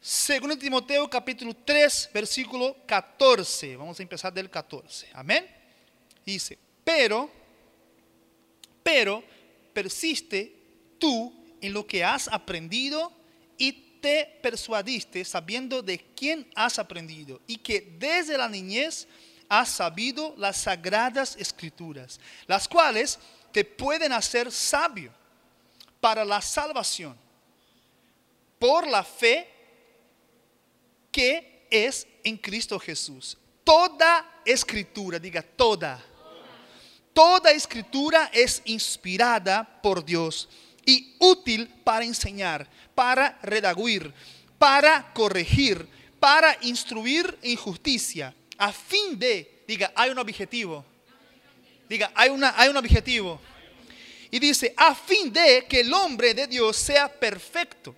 2 Timoteo capítulo 3, versículo 14. Vamos a empezar del 14. Amén. Dice, pero persiste tú en lo que has aprendido y te persuadiste sabiendo de quién has aprendido y que desde la niñez has sabido las sagradas escrituras, las cuales te pueden hacer sabio para la salvación por la fe que es en Cristo Jesús. Toda escritura, diga toda escritura es inspirada por Dios y útil para enseñar, para redarguir, para corregir, para instruir en justicia, a fin de, diga, hay un objetivo. Diga, hay un objetivo. Y dice, a fin de que el hombre de Dios sea perfecto,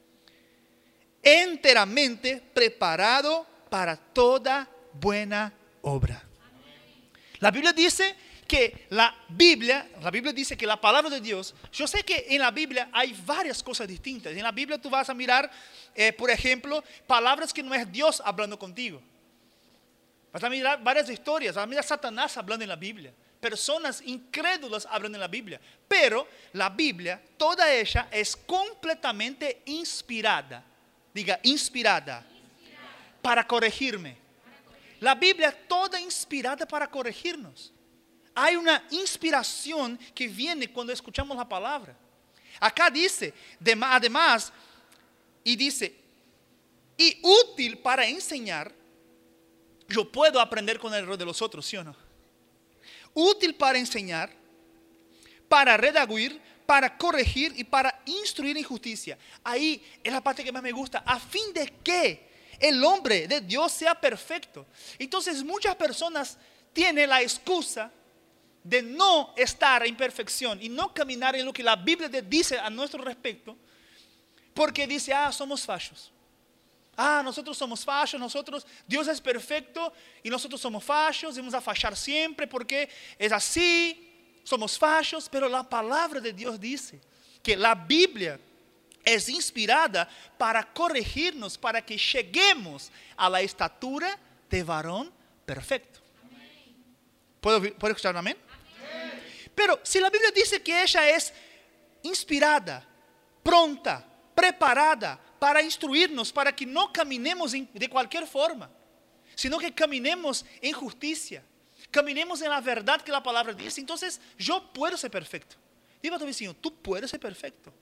enteramente preparado para toda buena obra. La Biblia dice que la Biblia dice que la palabra de Dios, yo sé que en la Biblia hay varias cosas distintas. En la Biblia tú vas a mirar, por ejemplo, palabras que no es Dios hablando contigo. Vas a mirar varias historias, vas a mirar Satanás hablando en la Biblia. Personas incrédulas hablan en la Biblia. Pero la Biblia, toda ella es completamente inspirada. Diga, inspirada. Para corregirme. La Biblia toda inspirada para corregirnos. Hay una inspiración que viene cuando escuchamos la palabra. Acá dice, además, y dice, y útil para enseñar. Yo puedo aprender con el error de los otros, ¿sí o no? Útil para enseñar, para redarguir, para corregir y para instruir en justicia. Ahí es la parte que más me gusta. A fin de que el hombre de Dios sea perfecto. Entonces muchas personas tienen la excusa de no estar en perfección y no caminar en lo que la Biblia dice a nuestro respecto, porque dice, somos fallos. Nosotros somos fallos, Dios es perfecto y nosotros somos fallos, vamos a fallar siempre porque es así, somos fallos. Pero la palabra de Dios dice que la Biblia es inspirada para corregirnos, para que lleguemos a la estatura de varón perfecto. ¿Puedo escuchar un amén? Pero si la Biblia dice que ella es inspirada, pronta, preparada para instruirnos, para que no caminemos de cualquier forma, sino que caminemos en justicia, caminemos en la verdad que la palabra dice, entonces yo puedo ser perfecto. Diga a tu vecino, tú puedes ser perfecto.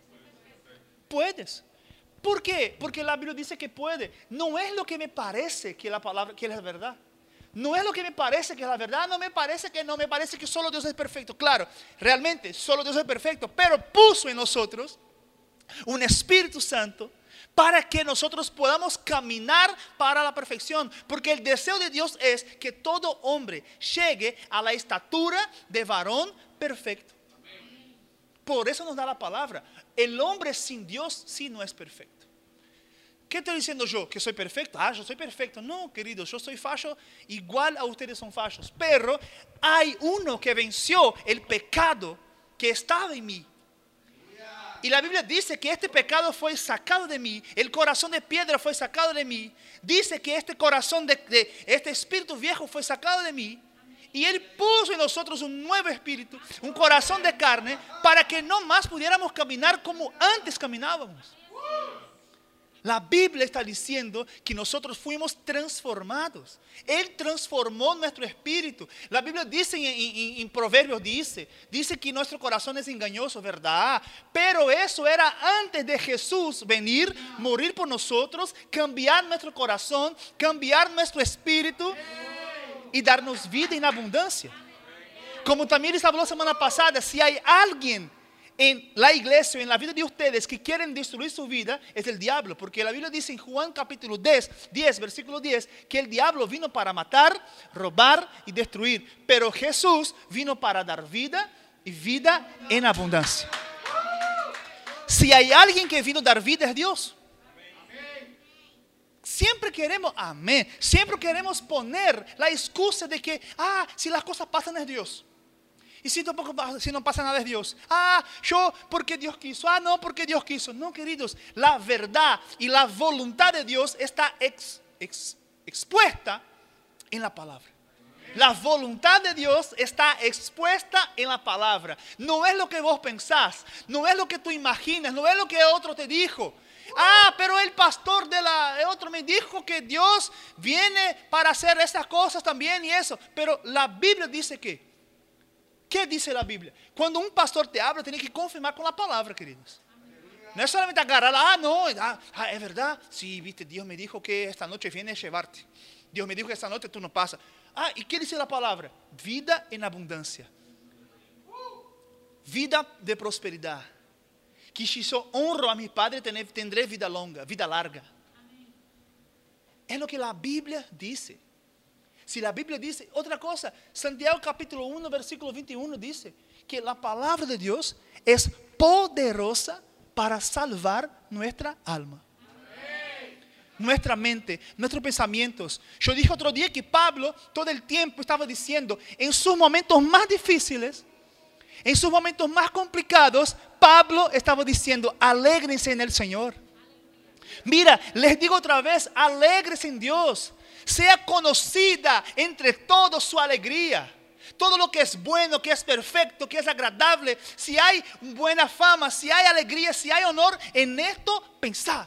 Puedes. ¿Por qué? Porque la Biblia dice que puede. No es lo que me parece que la palabra, que es la verdad. No es lo que me parece que es la verdad. No me parece que solo Dios es perfecto. Claro, realmente solo Dios es perfecto, pero puso en nosotros un Espíritu Santo para que nosotros podamos caminar para la perfección. Porque el deseo de Dios es que todo hombre llegue a la estatura de varón perfecto. Por eso nos da la palabra. El hombre sin Dios sí no es perfecto. ¿Qué estoy diciendo yo? ¿Que soy perfecto? Yo soy perfecto. No, queridos, yo soy fallo igual a ustedes son fallos. Pero hay uno que venció el pecado que estaba en mí. Y la Biblia dice que este pecado fue sacado de mí. El corazón de piedra fue sacado de mí. Dice que este corazón este espíritu viejo fue sacado de mí. Y Él puso en nosotros un nuevo espíritu, un corazón de carne, para que no más pudiéramos caminar como antes caminábamos. La Biblia está diciendo que nosotros fuimos transformados. Él transformó nuestro espíritu. La Biblia dice en Proverbios, dice que nuestro corazón es engañoso, ¿verdad? Pero eso era antes de Jesús venir, morir por nosotros, cambiar nuestro corazón, cambiar nuestro espíritu y darnos vida en abundancia. Como también les habló la semana pasada, si hay alguien en la iglesia, en la vida de ustedes que quieren destruir su vida, es el diablo. Porque la Biblia dice en Juan capítulo 10, versículo 10, que el diablo vino para matar, robar y destruir. Pero Jesús vino para dar vida y vida en abundancia. Si hay alguien que vino a dar vida, es Dios. Siempre queremos, siempre queremos poner la excusa de que, si las cosas pasan es Dios. Y si tampoco, si no pasa nada es Dios. Yo porque Dios quiso. No, porque Dios quiso. No, queridos, la verdad y la voluntad de Dios está expuesta en la palabra. La voluntad de Dios está expuesta en la palabra. No es lo que vos pensás, no es lo que tú imaginas, no es lo que otro te dijo. Pero el pastor el otro me dijo que Dios viene para hacer esas cosas también y eso. Pero la Biblia dice que, ¿qué dice la Biblia? Cuando un pastor te habla, tiene que confirmar con la palabra, queridos. No es solamente agarrar, es verdad. Sí, viste, Dios me dijo que esta noche viene a llevarte. Dios me dijo que esta noche tú no pasas. ¿Y qué dice la palabra? Vida en abundancia. Vida de prosperidad. Que si yo honro a mi Padre, tendré vida longa, vida larga. Es lo que la Biblia dice. Si la Biblia dice otra cosa, Santiago capítulo 1, versículo 21 dice que la palabra de Dios es poderosa para salvar nuestra alma. Nuestra mente, nuestros pensamientos. Yo dije otro día que Pablo todo el tiempo estaba diciendo, en sus momentos más difíciles, en sus momentos más complicados, Pablo estaba diciendo, alégrense en el Señor. Mira, les digo otra vez, alégrense en Dios. Sea conocida entre todos su alegría. Todo lo que es bueno, que es perfecto, que es agradable, si hay buena fama, si hay alegría, si hay honor, en esto pensad.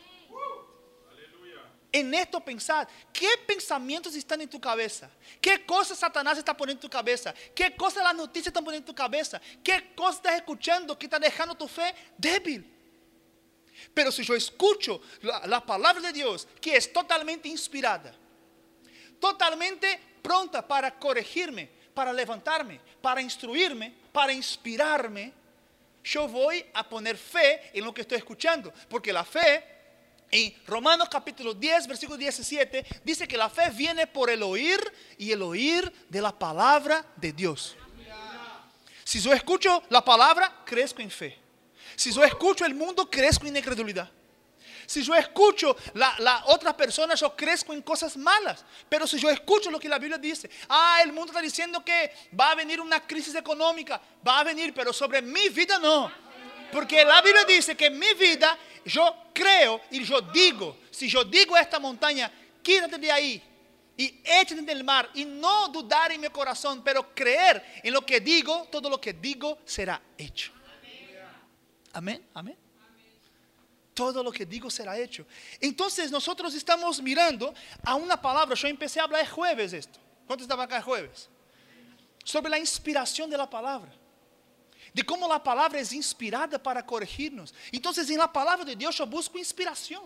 En esto pensad. ¿Qué pensamientos están en tu cabeza? ¿Qué cosas Satanás está poniendo en tu cabeza? ¿Qué cosas las noticias están poniendo en tu cabeza? ¿Qué cosas estás escuchando que está dejando tu fe débil? Pero si yo escucho la palabra de Dios, que es totalmente inspirada, totalmente pronta para corregirme, para levantarme, para instruirme, para inspirarme, yo voy a poner fe en lo que estoy escuchando. Porque la fe, en Romanos capítulo 10, versículo 17, dice que la fe viene por el oír y el oír de la palabra de Dios. Si yo escucho la palabra, crezco en fe. Si yo escucho el mundo, crezco en incredulidad. Si yo escucho la otra persona, yo crezco en cosas malas. Pero si yo escucho lo que la Biblia dice, el mundo está diciendo que va a venir una crisis económica, va a venir, pero sobre mi vida no. Porque la Biblia dice que en mi vida yo creo y yo digo, si yo digo a esta montaña, quítate de ahí y échate del mar, y no dudar en mi corazón, pero creer en lo que digo, todo lo que digo será hecho. Amén, amén. Todo lo que digo será hecho. Entonces nosotros estamos mirando a una palabra. Yo empecé a hablar el jueves esto. ¿Cuántos estaban acá el jueves? Sobre la inspiración de la palabra. De cómo la palabra es inspirada para corregirnos. Entonces en la palabra de Dios yo busco inspiración.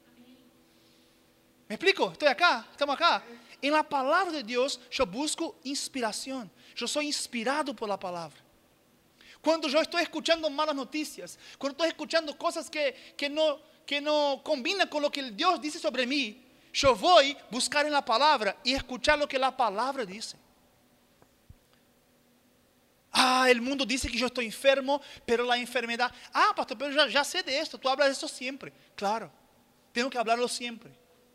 ¿Me explico? Estoy acá, estamos acá. En la palabra de Dios yo busco inspiración. Yo soy inspirado por la palabra. Cuando yo estoy escuchando malas noticias, cuando estoy escuchando cosas que no combinan con lo que Dios dice sobre mí, yo voy a buscar en la palabra y escuchar lo que la palabra dice. El mundo dice que yo estoy enfermo, pero la enfermedad... pastor, pero ya sé de esto, tú hablas de eso siempre. Claro, tengo que hablarlo siempre.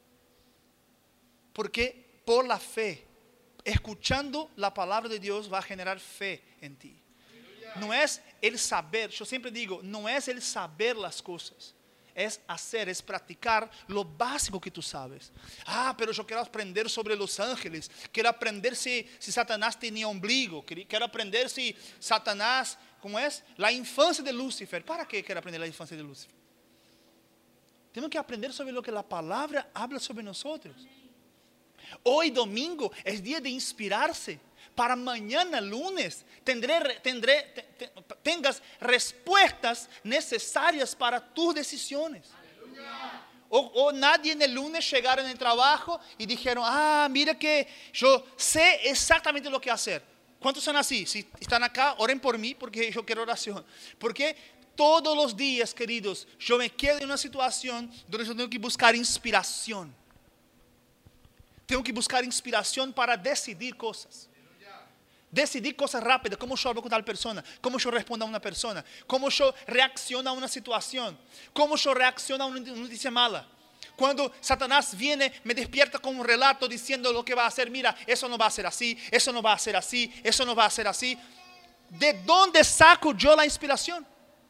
Porque por la fe, escuchando la palabra de Dios va a generar fe en ti. No es el saber, yo siempre digo, no es el saber las cosas. Es hacer, es practicar lo básico que tú sabes. Pero yo quiero aprender sobre los ángeles. Quiero aprender si Satanás tenía ombligo. Quiero aprender si Satanás, ¿cómo es? La infancia de Lucifer. ¿Para qué quiero aprender la infancia de Lucifer? Tenemos que aprender sobre lo que la palabra habla sobre nosotros. Hoy domingo es día de inspirarse. Para mañana lunes tengas respuestas necesarias para tus decisiones. O nadie en el lunes llegaron en el trabajo y dijeron, mira que yo sé exactamente lo que hacer. ¿Cuántos son así? Si están acá, oren por mí porque yo quiero oración. Porque todos los días, queridos, yo me quedo en una situación donde yo tengo que buscar inspiración. Tengo que buscar inspiración para decidir cosas. Decidir cosas rápidas, cómo yo hablo con tal persona, cómo yo respondo a una persona, cómo yo reacciono a una situación, cómo yo reacciono a una noticia mala. Cuando Satanás viene, me despierta con un relato diciendo lo que va a hacer. Mira, eso no va a ser así, eso no va a ser así, eso no va a ser así. ¿De dónde saco yo la inspiración?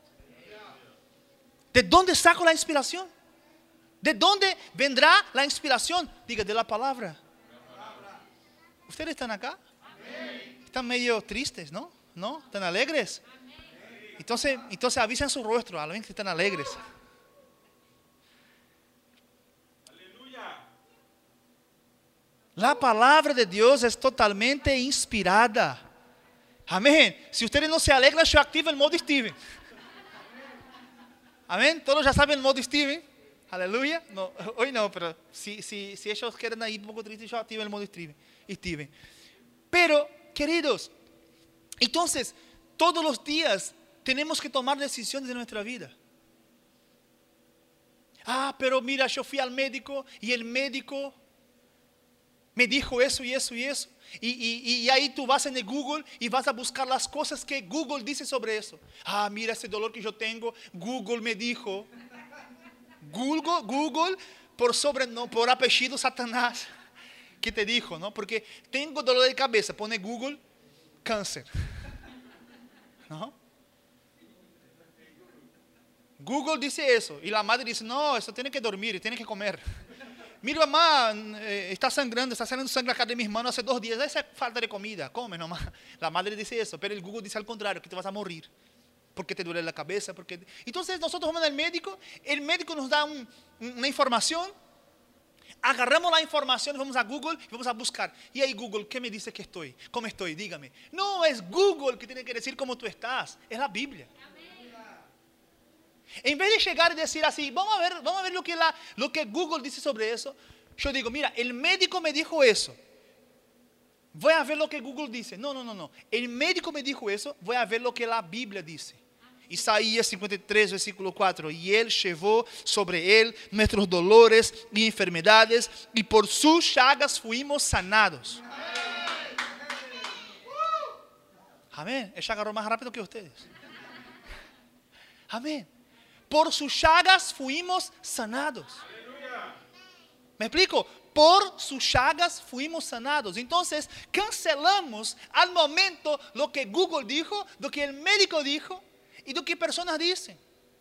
¿De dónde saco la inspiración? ¿De dónde vendrá la inspiración? Diga, de la palabra. ¿Ustedes están acá? Están medio tristes, ¿no? ¿No? ¿Están alegres? Entonces avisen su rostro a los que están alegres. La palabra de Dios es totalmente inspirada. Amén. Si ustedes no se alegran, yo activo el modo Steven. Amén. Todos ya saben el modo Steven. Aleluya. No, hoy no, pero si ellos quieren ir un poco tristes, yo activo el modo Steven. Pero, queridos, entonces, todos los días tenemos que tomar decisiones de nuestra vida. Pero mira, yo fui al médico y el médico me dijo eso y eso y eso. Y ahí tú vas en el Google y vas a buscar las cosas que Google dice sobre eso. Mira ese dolor que yo tengo, Google me dijo. Google por apellido Satanás. ¿Qué te dijo? ¿No? Porque tengo dolor de cabeza, pone Google cáncer. ¿No? Google dice eso y la madre dice, no, eso tiene que dormir, tiene que comer. Mira, mamá, está saliendo sangre acá de mis manos hace 2 días. Esa es falta de comida, come nomás. La madre dice eso, pero el Google dice al contrario, que te vas a morir. Porque te duele la cabeza. Entonces nosotros vamos al médico, el médico nos da una información, agarramos la información, vamos a Google y vamos a buscar. Y ahí Google, ¿qué me dice que estoy? ¿Cómo estoy? Dígame. No, es Google que tiene que decir cómo tú estás, es la Biblia. En vez de llegar y decir así, vamos a ver lo que Google dice sobre eso. Yo digo, mira, el médico me dijo eso. Voy a ver lo que Google dice. No. El médico me dijo eso, voy a ver lo que la Biblia dice. Isaías 53, versículo 4. Y Él llevó sobre Él nuestros dolores y enfermedades, y por sus llagas fuimos sanados. Amén. Ella agarró más rápido que ustedes. Amén. Por sus llagas fuimos sanados. ¿Me explico? Por sus llagas fuimos sanados. Entonces cancelamos al momento lo que Google dijo, lo que el médico dijo y lo que personas dicen.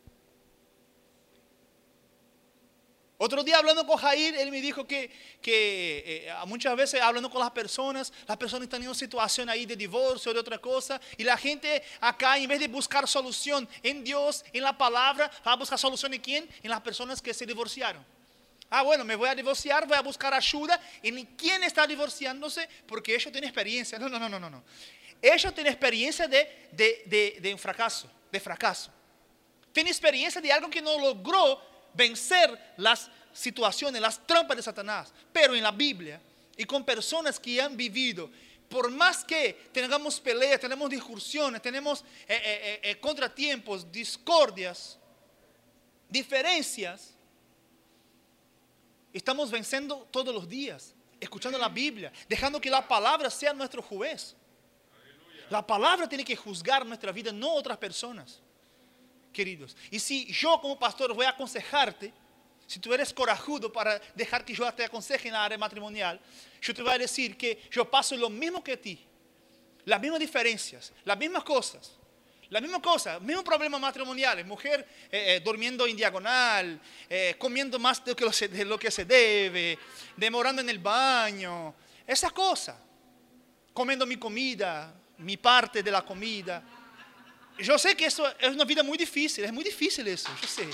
Otro día hablando con Jair, él me dijo que muchas veces hablando con las personas están en una situación ahí de divorcio o de otra cosa, y la gente acá, en vez de buscar solución en Dios, en la palabra, va a buscar solución en ¿quién? En las personas que se divorciaron. Bueno, me voy a divorciar, voy a buscar ayuda en quién está divorciándose, porque ellos tienen experiencia. No. Ellos tienen experiencia de un fracaso, Tienen experiencia de algo que no logró vencer las situaciones, las trampas de Satanás. Pero en la Biblia y con personas que han vivido, por más que tengamos peleas, tenemos discusiones, tenemos contratiempos, discordias, diferencias, estamos venciendo todos los días, escuchando la Biblia, dejando que la palabra sea nuestro juez. La palabra tiene que juzgar nuestra vida, no otras personas. Queridos, y si yo como pastor voy a aconsejarte, si tú eres corajudo para dejar que yo te aconseje en la área matrimonial, yo te voy a decir que yo paso lo mismo que ti, las mismas diferencias, las mismas cosas, mismos problemas matrimoniales, mujer durmiendo en diagonal, comiendo más de lo que se debe, demorando en el baño, esas cosas, comiendo mi comida, mi parte de la comida. Yo sé que eso es una vida muy difícil eso, yo sé.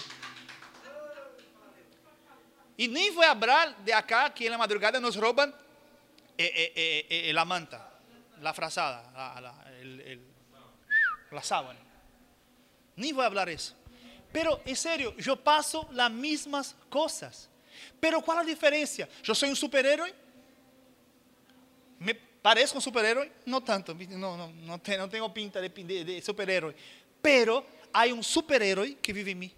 Y ni voy a hablar de acá que en la madrugada nos roban la manta, la frazada, la sábana. Ni voy a hablar eso. Pero en serio, yo paso las mismas cosas. Pero ¿cuál es la diferencia? ¿Yo soy un superhéroe? ¿Me parezco un superhéroe? No tanto, no tengo pinta de superhéroe. Pero hay un superhéroe que vive en mí.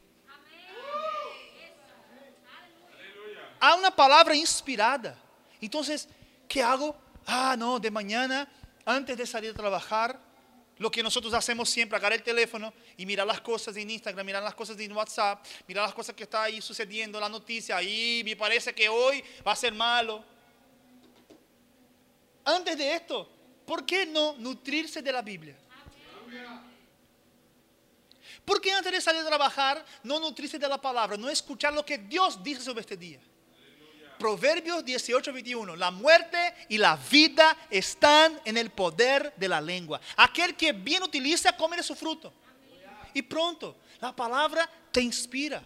Hay una palabra inspirada. Entonces, ¿qué hago? No, de mañana, antes de salir a trabajar, lo que nosotros hacemos siempre, agarrar el teléfono y mirar las cosas en Instagram, mirar las cosas en WhatsApp, mirar las cosas que está ahí sucediendo, la noticia, ahí me parece que hoy va a ser malo. Antes de esto, ¿por qué no nutrirse de la Biblia? ¿Por qué antes de salir a trabajar no nutrirse de la palabra, no escuchar lo que Dios dice sobre este día? Proverbios 18:21. La muerte y la vida están en el poder de la lengua. Aquel que bien utiliza, come de su fruto. Y pronto, la palabra te inspira.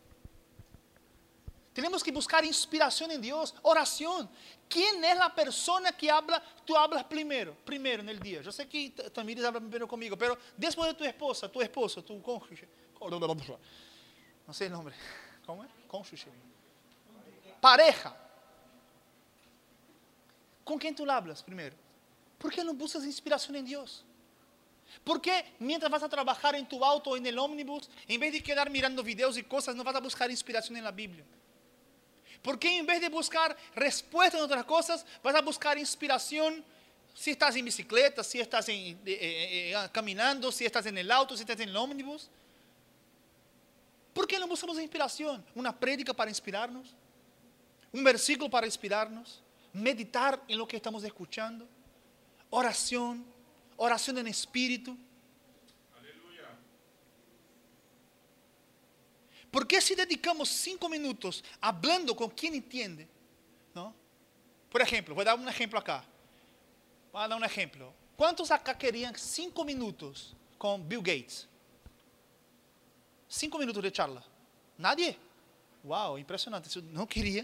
Tenemos que buscar inspiración en Dios, oración. ¿Quién es la persona que habla? Tú hablas primero en el día. Yo sé que Tamires habla primero conmigo, pero después de tu esposa, tu esposo, tu cónyuge. No sé el nombre. ¿Cómo es? Cónyuge. Pareja. ¿Con quién tú hablas primero? ¿Por qué no buscas inspiración en Dios? ¿Por qué mientras vas a trabajar en tu auto o en el ómnibus, en vez de quedar mirando videos y cosas, no vas a buscar inspiración en la Biblia? ¿Por qué en vez de buscar respuestas en otras cosas, vas a buscar inspiración si estás en bicicleta, si estás caminando, si estás en el auto, si estás en el ómnibus? ¿Por qué no buscamos inspiración? Una prédica para inspirarnos, un versículo para inspirarnos, meditar en lo que estamos escuchando, oración en espíritu. ¿Por qué si dedicamos 5 minutos hablando con quien entiende? ¿No? Por ejemplo, voy a dar un ejemplo acá. Voy a dar un ejemplo. ¿Cuántos acá querían 5 minutos con Bill Gates? 5 minutos de charla. ¿Nadie? Wow, impresionante. ¿No quería?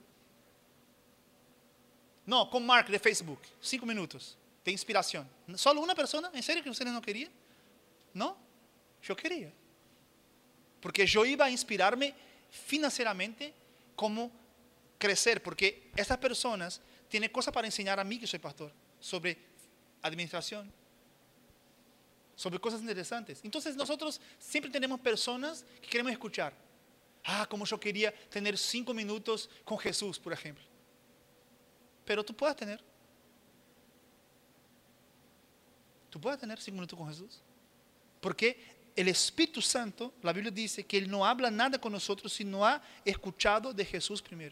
No, con Mark de Facebook. 5 minutos de inspiración. ¿Solo una persona? ¿En serio que ustedes no querían? No, yo quería. Porque yo iba a inspirarme financieramente cómo crecer. Porque estas personas tienen cosas para enseñar a mí, que soy pastor, sobre administración, sobre cosas interesantes. Entonces nosotros siempre tenemos personas que queremos escuchar. Como yo quería tener 5 minutos con Jesús, por ejemplo. Pero tú puedes tener. Tú puedes tener 5 minutos con Jesús. Porque el Espíritu Santo, la Biblia dice que Él no habla nada con nosotros si no ha escuchado de Jesús primero.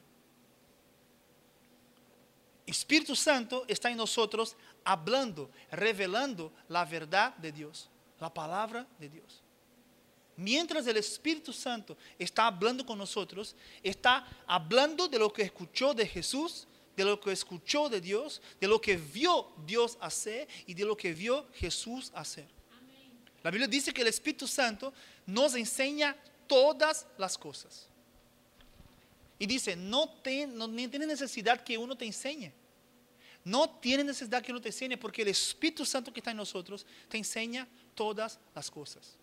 Espíritu Santo está en nosotros hablando, revelando la verdad de Dios, la palabra de Dios. Mientras el Espíritu Santo está hablando con nosotros, está hablando de lo que escuchó de Jesús, de lo que escuchó de Dios, de lo que vio Dios hacer y de lo que vio Jesús hacer. La Biblia dice que el Espíritu Santo nos enseña todas las cosas. Y dice, no tiene necesidad que uno te enseñe. No tiene necesidad que uno te enseñe porque el Espíritu Santo que está en nosotros te enseña todas las cosas.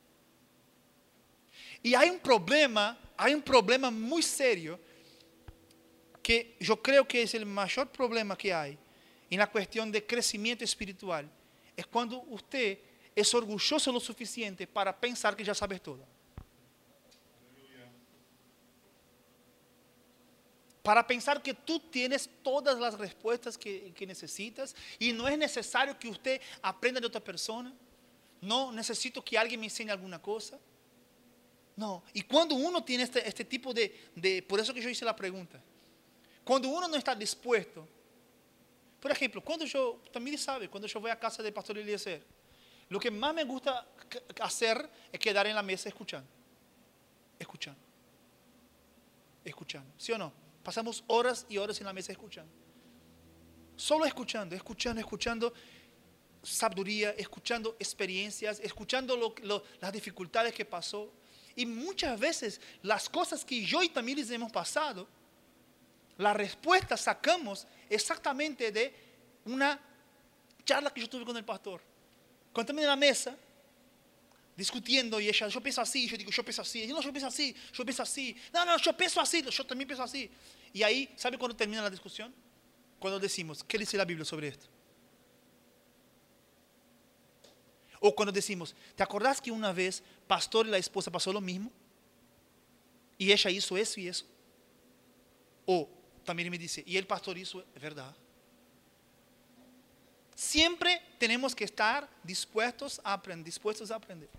Y hay un problema muy serio que yo creo que es el mayor problema que hay en la cuestión de crecimiento espiritual. Es cuando usted es orgulloso lo suficiente para pensar que ya sabes todo. Para pensar que tú tienes todas las respuestas que necesitas y no es necesario que usted aprenda de otra persona. No necesito que alguien me enseñe alguna cosa. No, y cuando uno tiene este tipo por eso que yo hice la pregunta. Cuando uno no está dispuesto, por ejemplo, también sabe, cuando yo voy a casa del pastor Eliezer, lo que más me gusta hacer es quedar en la mesa escuchando. Escuchando, ¿sí o no? Pasamos horas y horas en la mesa escuchando. Solo escuchando sabiduría, escuchando experiencias, escuchando las dificultades que pasó. Y muchas veces las cosas que yo y Tamires hemos pasado, la respuesta sacamos exactamente de una charla que yo tuve con el pastor. Cuando estamos en la mesa, discutiendo, y ella, yo pienso así, yo digo, yo pienso así, no, yo pienso así, no, yo pienso así, yo también pienso así. Y ahí, ¿sabe cuándo termina la discusión? Cuando decimos, ¿qué dice la Biblia sobre esto? O cuando decimos, ¿te acordás que una vez pastor y la esposa pasó lo mismo? Y ella hizo eso y eso. O también me dice, y el pastor hizo, es verdad. Siempre tenemos que estar dispuestos a aprender.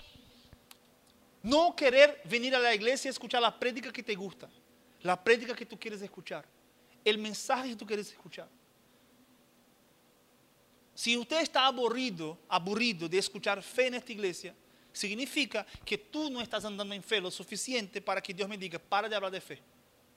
No querer venir a la iglesia y escuchar la prédica que te gusta, la prédica que tú quieres escuchar, el mensaje que tú quieres escuchar. Si usted está aburrido de escuchar fe en esta iglesia, significa que tú no estás andando en fe lo suficiente para que Dios me diga, para de hablar de fe.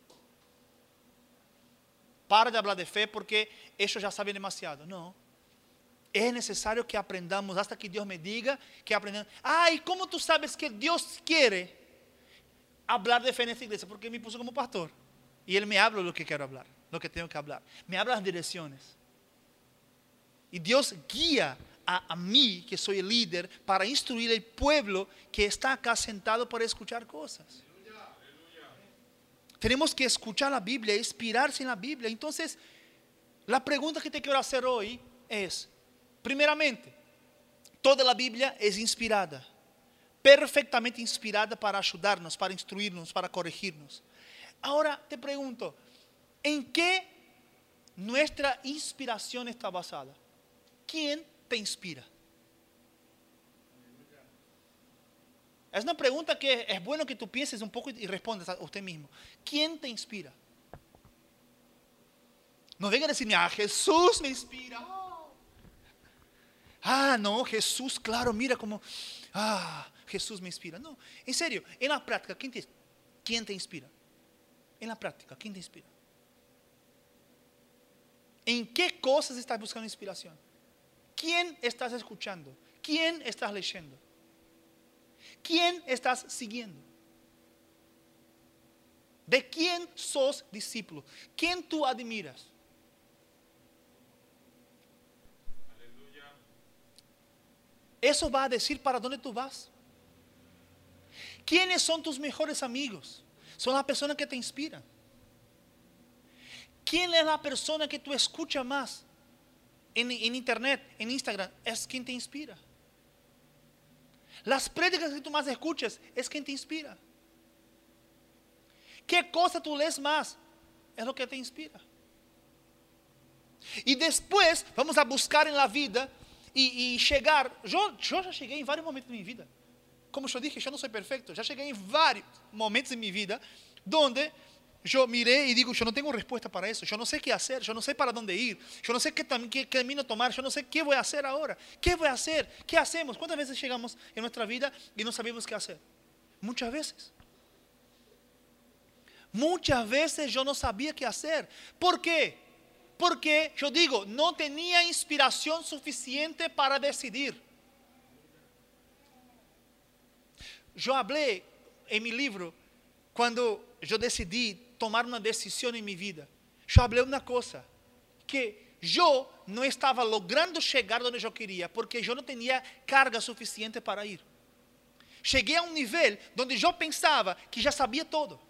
Para de hablar de fe porque ellos ya saben demasiado. No. Es necesario que aprendamos hasta que Dios me diga que aprendamos. Ay, ¿cómo tú sabes que Dios quiere hablar de fe en esta iglesia? Porque me puso como pastor. Y Él me habla lo que quiero hablar, lo que tengo que hablar. Me habla las direcciones. Y Dios guía a mí, que soy el líder, para instruir al pueblo que está acá sentado para escuchar cosas. Tenemos que escuchar la Biblia, inspirarse en la Biblia. Entonces, la pregunta que te quiero hacer hoy es, primeramente, toda la Biblia es inspirada, perfectamente inspirada para ayudarnos, para instruirnos, para corregirnos. Ahora te pregunto, ¿en qué nuestra inspiración está basada? ¿Quién te inspira? Es una pregunta que es bueno que tú pienses un poco y respondas a usted mismo. ¿Quién te inspira? No venga a decirme, Jesús me inspira. No, Jesús, claro, mira cómo, Jesús me inspira. No, en serio, en la práctica, ¿quién te inspira? En la práctica, ¿quién te inspira? ¿En qué cosas estás buscando inspiración? ¿Quién estás escuchando? ¿Quién estás leyendo? ¿Quién estás siguiendo? ¿De quién sos discípulo? ¿Quién tú admiras? Aleluya. Eso va a decir para dónde tú vas. ¿Quiénes son tus mejores amigos? Son las personas que te inspiran. ¿Quién es la persona que tú escuchas más en internet, en Instagram? Es quien te inspira. Las prédicas que tú más escuchas es quien te inspira. ¿Qué cosa tú lees más? Es lo que te inspira. Y después vamos a buscar en la vida y llegar. Yo ya llegué en varios momentos de mi vida. Como yo dije, yo no soy perfecto. Ya llegué en varios momentos de mi vida donde yo miré y digo, yo no tengo respuesta para eso. Yo no sé qué hacer, yo no sé para dónde ir. Yo no sé qué camino tomar, yo no sé qué voy a hacer ahora. ¿Qué voy a hacer? ¿Qué hacemos? ¿Cuántas veces llegamos en nuestra vida y no sabemos qué hacer? Muchas veces. Muchas veces yo no sabía qué hacer. ¿Por qué? Porque yo digo, no tenía inspiración suficiente para decidir. Yo hablé en mi libro, cuando yo decidí tomar una decisión en mi vida, yo hablé una cosa, que yo no estaba logrando llegar donde yo quería, porque yo no tenía carga suficiente para ir. Cheguei a um nível donde eu pensava que já sabia todo.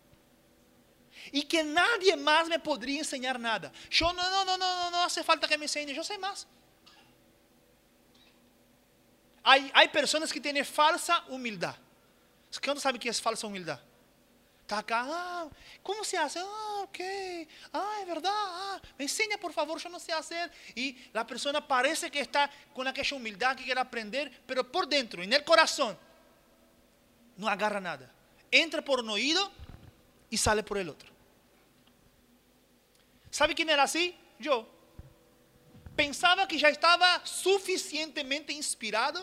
E que nadie mais me poderia ensinar nada. Eu não hace falta que me enseñe, eu sei mais. Há pessoas que têm falsa humildade. Quem não sabe o que é falsa humildade? Está acá, como se hace? Ok, é verdade, me ensina por favor, eu não sei fazer. E a pessoa parece que está com aquela humildade que quer aprender, mas por dentro, no coração, não agarra nada. Entra por um ouído e sale por el outro. ¿Sabe quién era así? Yo. Pensaba que ya estaba suficientemente inspirado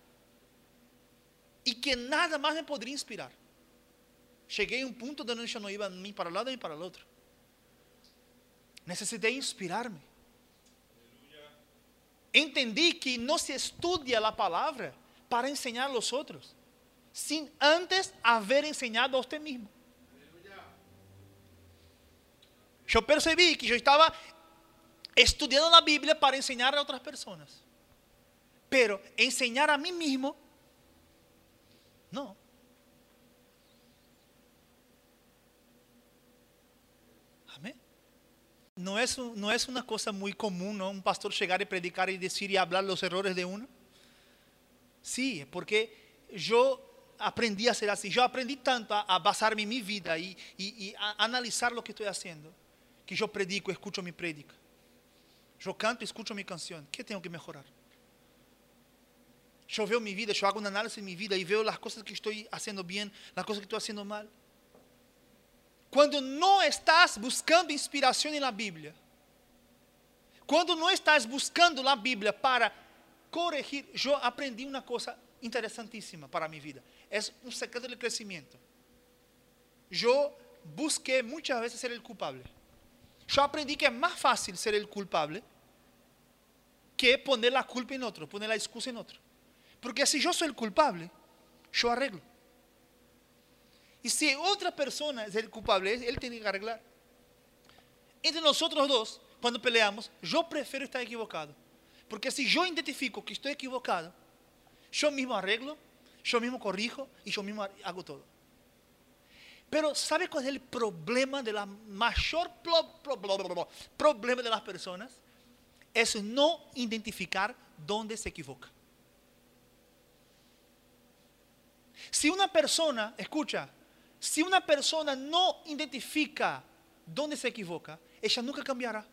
y que nada más me podría inspirar. Cheguei a un punto donde yo no iba ni para un lado ni para el otro. Necesité inspirarme. Entendí que no se estudia la palabra para enseñar a los otros, sin antes haber enseñado a usted mismo. Yo percibí que yo estaba estudiando la Biblia para enseñar a otras personas. Pero enseñar a mí mismo, no. Amén. No es una cosa muy común, ¿no? Un pastor llegar y predicar y decir y hablar los errores de uno. Sí, porque yo aprendí a ser así. Yo aprendí tanto a basarme en mi vida y a analizar lo que estoy haciendo, que yo predico, escucho mi prédica. Yo canto, escucho mi canción. ¿Qué tengo que mejorar? Yo veo mi vida, yo hago un análisis de mi vida y veo las cosas que estoy haciendo bien, las cosas que estoy haciendo mal. Cuando no estás buscando inspiración en la Biblia, Cuando no estás buscando la Biblia para corregir, yo aprendí una cosa interesantísima para mi vida. Es un secreto del crecimiento. Yo busqué muchas veces ser el culpable. Yo aprendí que es más fácil ser el culpable que poner la culpa en otro, poner la excusa en otro. Porque si yo soy el culpable, yo arreglo. Y si otra persona es el culpable, él tiene que arreglar. Entre nosotros dos, cuando peleamos, yo prefiero estar equivocado. Porque si yo identifico que estoy equivocado, yo mismo arreglo, yo mismo corrijo y yo mismo hago todo. Pero ¿sabe cuál es el problema de la mayor problema de las personas? Es no identificar dónde se equivoca. Si una persona, escucha, si una persona no identifica dónde se equivoca, ella nunca cambiará.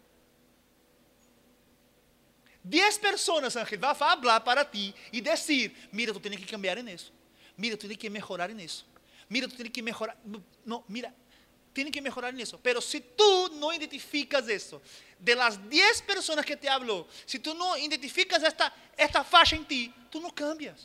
10 personas, Ángel, van a hablar para ti y decir, mira, tú tienes que cambiar en eso. Mira, tú tienes que mejorar en eso. Mira, tú tienes que mejorar. No, mira, tienes que mejorar en eso. Pero si tú no identificas eso, de las 10 personas que te habló, si tú no identificas esta falla en ti, tú no cambias.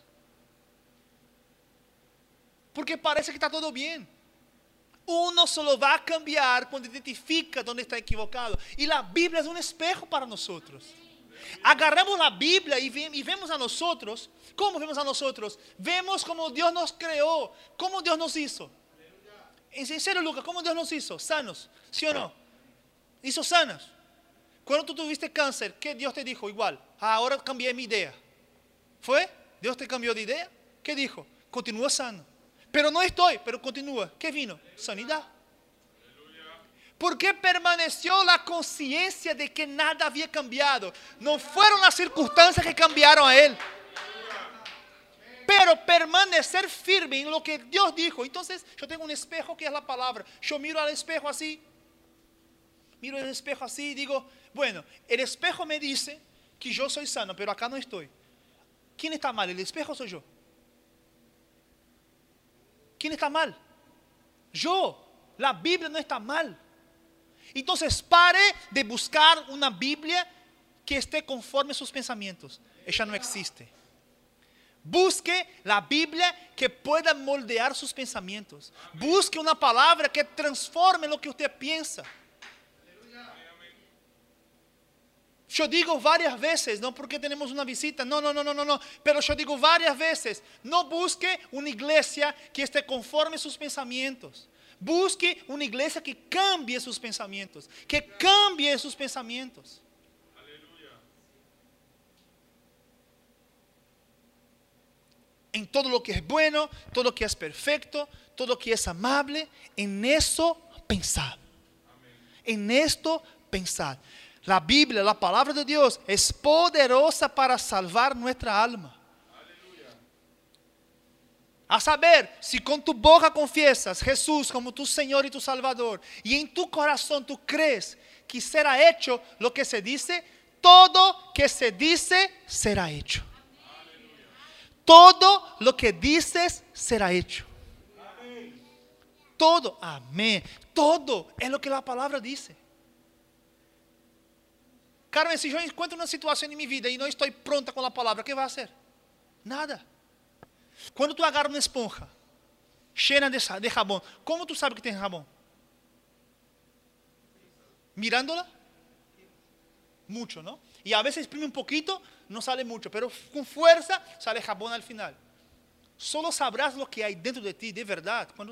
Porque parece que está todo bien. Uno solo va a cambiar cuando identifica dónde está equivocado. Y la Biblia es un espejo para nosotros. Agarramos la Biblia y vemos a nosotros. ¿Cómo vemos a nosotros? Vemos cómo Dios nos creó, cómo Dios nos hizo. En serio, Lucas, ¿cómo Dios nos hizo? Sanos, ¿sí o no? Hizo sanos. Cuando tú tuviste cáncer, ¿qué Dios te dijo? Igual, ahora cambié mi idea. ¿Fue? ¿Dios te cambió de idea? ¿Qué dijo? Continúa sano. Pero no estoy, pero continúa. ¿Qué vino? Sanidad. Porque permaneció la conciencia de que nada había cambiado. No fueron las circunstancias que cambiaron a él. Pero permanecer firme en lo que Dios dijo. Entonces yo tengo un espejo que es la palabra. Yo miro al espejo así. Miro el espejo así y digo, bueno, el espejo me dice que yo soy sano, pero acá no estoy. ¿Quién está mal? ¿El espejo o soy yo? ¿Quién está mal? Yo. La Biblia no está mal. Entonces pare de buscar una Biblia que esté conforme a sus pensamientos. Ella no existe. Busque la Biblia que pueda moldear sus pensamientos. Busque una palabra que transforme lo que usted piensa. Yo digo varias veces, no porque tenemos una visita, no, pero yo digo varias veces, no busque una iglesia que esté conforme a sus pensamientos. Busque una iglesia que cambie sus pensamientos, que cambie sus pensamientos. Aleluya. En todo lo que es bueno, todo lo que es perfecto, todo lo que es amable, en eso pensad. En esto pensad. La Biblia, la palabra de Dios, es poderosa para salvar nuestra alma. A saber, si con tu boca confiesas Jesús como tu Señor y tu Salvador, y en tu corazón tú crees que será hecho lo que se dice, todo que se dice será hecho. Todo lo que dices será hecho. Todo, amén. Todo es lo que la palabra dice. Carmen, si yo encuentro una situación en mi vida y no estoy pronta con la palabra, ¿qué va a hacer? Nada. Cuando tú agarras una esponja llena de jabón, ¿cómo tú sabes que tiene jabón? Mirándola. Mucho, ¿no? Y a veces exprime un poquito, no sale mucho, pero con fuerza sale jabón al final. Solo sabrás lo que hay dentro de ti de verdad cuando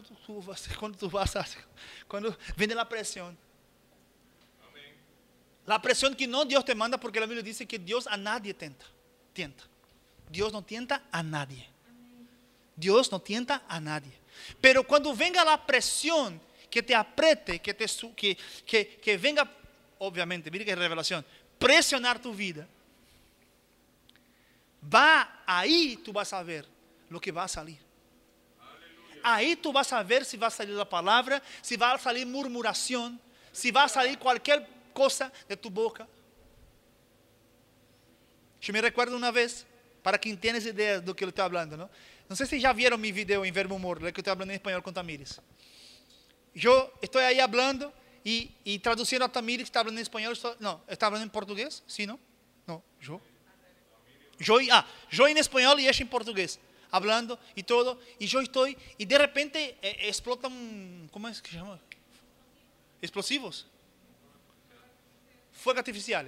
viene la presión. La presión que no Dios te manda, porque la Biblia dice que Dios a nadie tienta. Dios no tienta a nadie. Dios no tienta a nadie. Pero cuando venga la presión que te apriete, que venga, obviamente, mire qué revelación, presionar tu vida, ahí tú vas a ver lo que va a salir. Ahí tú vas a ver si va a salir la palabra, si va a salir murmuración, si va a salir cualquier cosa de tu boca. Yo me recuerdo una vez, para quien tiene idea de lo que yo estoy hablando, ¿no? No sé si ya vieron mi video en Verbo Humor, que estoy hablando en español con Tamires. Yo estoy ahí hablando y traduciendo a Tamir, está hablando en español, no, está hablando en portugués, ¿sí, no? No, yo en español y ella en portugués, hablando y todo, y yo estoy, y de repente explotan, ¿cómo es que se llama? Explosivos, fuegos artificiales.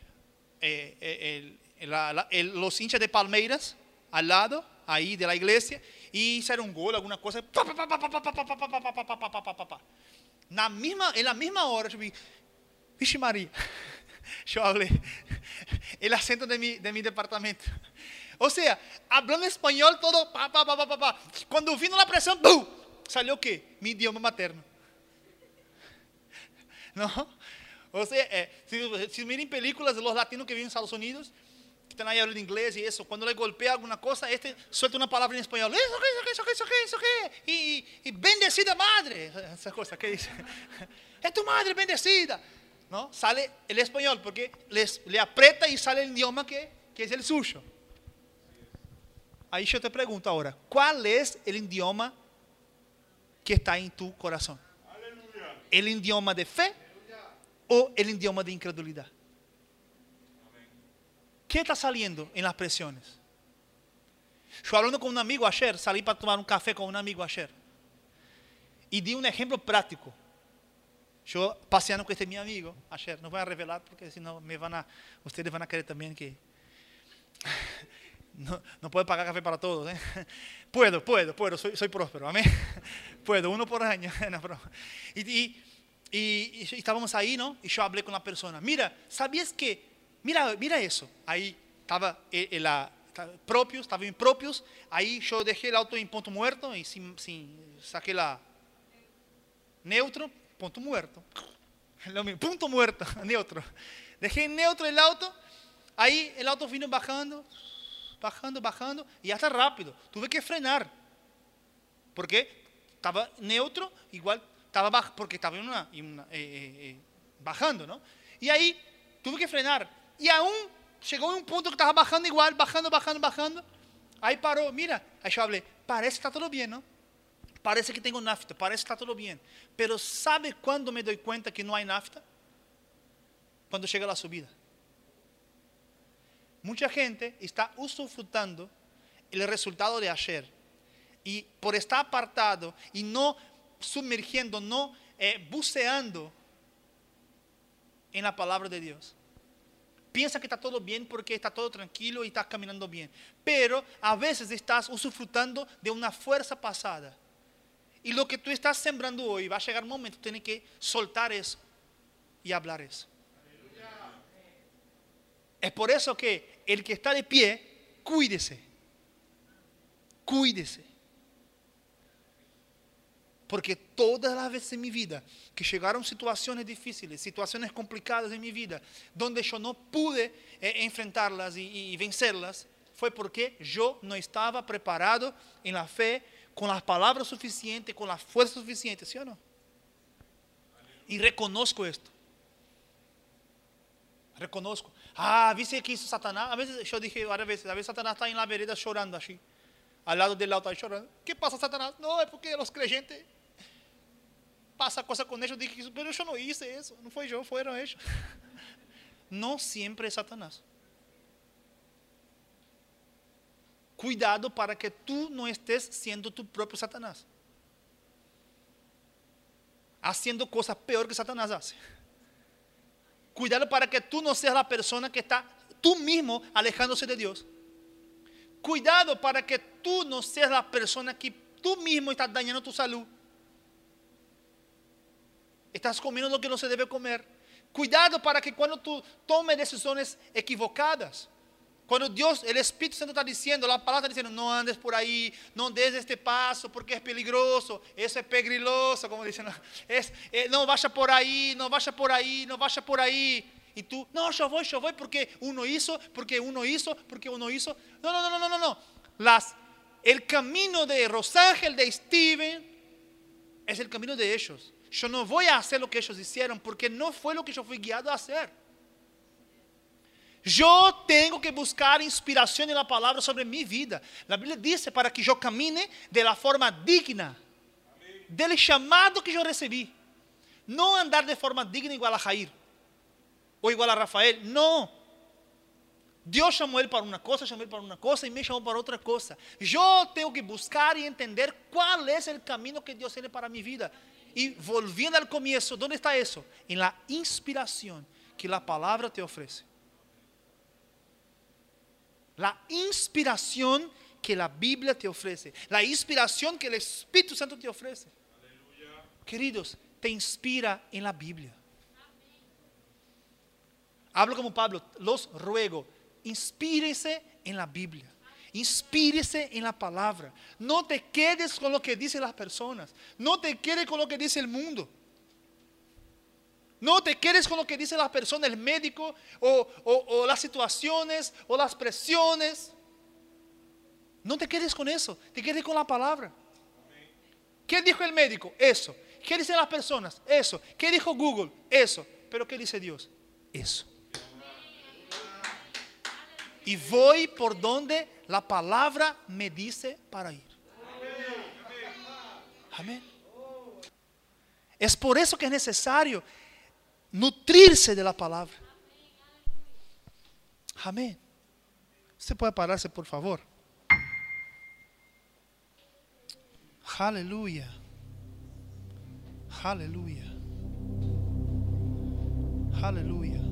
Los hinchas de Palmeiras al lado, ahí de la iglesia, y hicieron un gol, alguna cosa. En la misma hora, yo vi, Vixe María, yo hablé el acento de mi departamento. O sea, hablando español todo, Cuando vino la presión, ¡bum! Salió ¿qué? Mi idioma materno. ¿No? O sea, si miren películas de los latinos que viven en Estados Unidos, que están ahí hablando inglés y eso, cuando le golpea alguna cosa, suelta una palabra en español, eso qué, y bendecida madre, esa cosa, ¿qué dice? Es tu madre bendecida, ¿no? Sale el español porque le aprieta y sale el idioma que es el suyo. Ahí yo te pregunto ahora, ¿cuál es el idioma que está en tu corazón? ¿El idioma de fe o el idioma de incredulidad? ¿Qué está saliendo en las presiones? Yo hablando con un amigo ayer, salí para tomar un café con un amigo ayer y di un ejemplo práctico. Yo paseando con mi amigo ayer, no voy a revelar porque si no ustedes van a querer también que no puedo pagar café para todos, ¿eh? Puedo, soy próspero, amén. Puedo, uno por año. No, y estábamos ahí, ¿no? Y yo hablé con la persona. Mira, ¿sabías que? Mira eso. Ahí estaba estaba impropios. Ahí yo dejé el auto en punto muerto y saqué la neutro, punto muerto. Punto muerto, neutro. Dejé en neutro el auto. Ahí el auto vino bajando y hasta rápido. Tuve que frenar porque estaba neutro, igual estaba bajo, porque estaba bajando, ¿no? Y ahí tuve que frenar. Y aún llegó a un punto que estaba bajando igual, bajando. Ahí paró, mira, ahí yo hablé, parece que está todo bien, ¿no? Parece que tengo nafta, parece que está todo bien. Pero ¿sabe cuándo me doy cuenta que no hay nafta? Cuando llega la subida. Mucha gente está usufructando el resultado de ayer. Y por estar apartado y no sumergiendo, no buceando en la palabra de Dios. Piensa que está todo bien porque está todo tranquilo y está caminando bien. Pero a veces estás usufructando de una fuerza pasada. Y lo que tú estás sembrando hoy, va a llegar un momento, tienes que soltar eso y hablar eso. Es por eso que el que está de pie, cuídese. Porque todas las veces en mi vida que llegaron situaciones difíciles, situaciones complicadas en mi vida, donde yo no pude enfrentarlas y vencerlas, fue porque yo no estaba preparado en la fe, con las palabras suficientes, con la fuerza suficiente, ¿sí o no? Y reconozco esto. Reconozco. ¿Viste que hizo Satanás? A veces yo dije, a veces Satanás está en la vereda llorando así, al lado del altar llorando. ¿Qué pasa, Satanás? No, es porque los creyentes pasa cosa con ellos. Dije, pero yo no hice eso, no fue yo, fueron ellos. No siempre es Satanás. Cuidado para que tú no estés siendo tu propio Satanás, haciendo cosas peor que Satanás hace. Cuidado para que tú no seas la persona que está tú mismo alejándose de Dios. Cuidado para que tú no seas la persona que tú mismo estás dañando tu salud. Estás comiendo lo que no se debe comer. Cuidado para que cuando tú tomes decisiones equivocadas, cuando Dios, el Espíritu Santo está diciendo, la palabra está diciendo, no andes por ahí, no des este paso porque es peligroso, eso es pegriloso, como dicen, no vaya por ahí, no vaya por ahí, no vaya por ahí. Y tú, no, yo voy porque uno hizo. No. El camino de Rosángel, de Steven, es el camino de ellos. Yo no voy a hacer lo que ellos hicieron porque no fue lo que yo fui guiado a hacer. Yo tengo que buscar inspiración en la palabra sobre mi vida. La Biblia dice para que yo camine de la forma digna del llamado que yo recibí. No andar de forma digna igual a Jair o igual a Rafael. No. Dios llamó a él para una cosa, llamó a él para una cosa y me llamó para otra cosa. Yo tengo que buscar y entender cuál es el camino que Dios tiene para mi vida. Y volviendo al comienzo, ¿dónde está eso? En la inspiración que la palabra te ofrece. La inspiración que la Biblia te ofrece. La inspiración que el Espíritu Santo te ofrece. Aleluya. Queridos, te inspira en la Biblia. Hablo como Pablo, los ruego, inspírese en la Biblia. Inspírese en la palabra. No te quedes con lo que dicen las personas. No te quedes con lo que dice el mundo. No te quedes con lo que dicen las personas, el médico o las situaciones o las presiones. No te quedes con eso. Te quedes con la palabra. ¿Qué dijo el médico? Eso. ¿Qué dicen las personas? Eso. ¿Qué dijo Google? Eso. ¿Pero qué dice Dios? Eso. Y voy por donde la palabra me dice para ir. Amén. Es por eso que es necesario nutrirse de la palabra. Amén. Usted puede pararse, por favor. Aleluya. Aleluya. Aleluya.